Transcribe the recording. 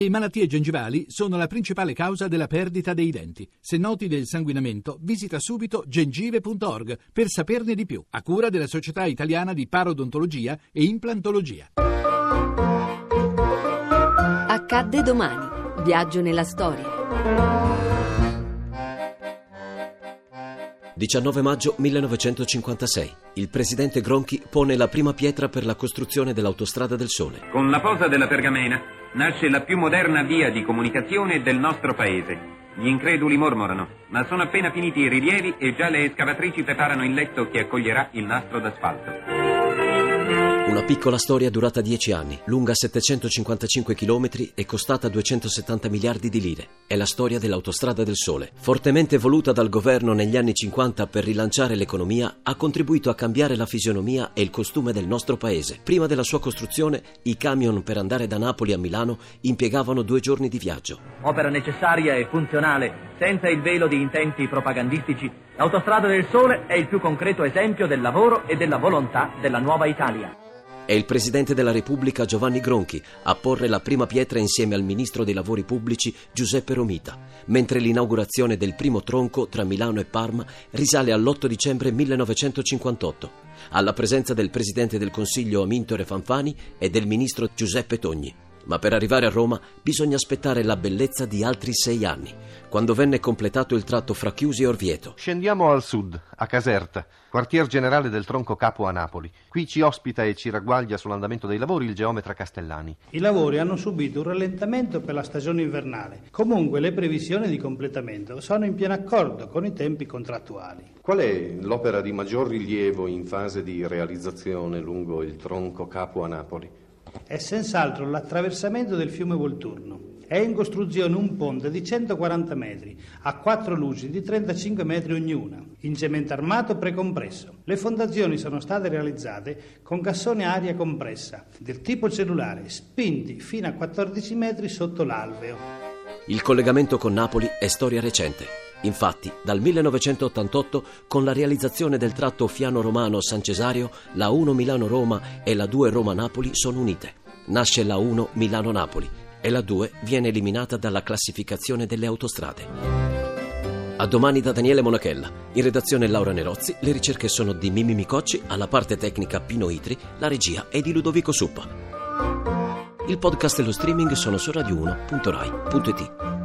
Le malattie gengivali sono la principale causa della perdita dei denti. Se noti del sanguinamento, visita subito gengive.org per saperne di più, a cura della Società Italiana di Parodontologia e Implantologia. Accadde domani. Viaggio nella storia. 19 maggio 1956. Il presidente Gronchi pone la prima pietra per la costruzione dell'Autostrada del Sole. Con la posa della pergamena nasce la più moderna via di comunicazione del nostro paese. Gli increduli mormorano, ma sono appena finiti i rilievi e già le escavatrici preparano il letto che accoglierà il nastro d'asfalto. Una piccola storia durata 10 anni, lunga 755 chilometri e costata 270 miliardi di lire. È la storia dell'Autostrada del Sole. Fortemente voluta dal governo negli anni 50 per rilanciare l'economia, ha contribuito a cambiare la fisionomia e il costume del nostro paese. Prima della sua costruzione, i camion per andare da Napoli a Milano impiegavano 2 giorni di viaggio. Opera necessaria e funzionale, senza il velo di intenti propagandistici, l'Autostrada del Sole è il più concreto esempio del lavoro e della volontà della nuova Italia. È il presidente della Repubblica Giovanni Gronchi a porre la prima pietra insieme al ministro dei lavori pubblici Giuseppe Romita, mentre l'inaugurazione del primo tronco tra Milano e Parma risale all'8 dicembre 1958, alla presenza del presidente del Consiglio Amintore Fanfani e del ministro Giuseppe Togni. Ma per arrivare a Roma bisogna aspettare la bellezza di altri 6 anni, quando venne completato il tratto fra Chiusi e Orvieto. Scendiamo al sud, a Caserta, quartier generale del tronco capo a Napoli. Qui ci ospita e ci ragguaglia sull'andamento dei lavori il geometra Castellani. I lavori hanno subito un rallentamento per la stagione invernale. Comunque le previsioni di completamento sono in pieno accordo con i tempi contrattuali. Qual è l'opera di maggior rilievo in fase di realizzazione lungo il tronco capo a Napoli? È senz'altro l'attraversamento del fiume Volturno. È in costruzione un ponte di 140 metri, a 4 luci di 35 metri ognuna, in cemento armato precompresso. Le fondazioni sono state realizzate con cassoni a aria compressa, del tipo cellulare, spinti fino a 14 metri sotto l'alveo. Il collegamento con Napoli è storia recente. Infatti, dal 1988, con la realizzazione del tratto Fiano Romano-San Cesario, la 1 Milano-Roma e la 2 Roma-Napoli sono unite. Nasce la 1 Milano-Napoli e la 2 viene eliminata dalla classificazione delle autostrade. A domani da Daniele Monachella. In redazione Laura Nerozzi, le ricerche sono di Mimmi Micocci, alla parte tecnica Pino Itri, la regia è di Ludovico Suppa. Il podcast e lo streaming sono su radio1.rai.it.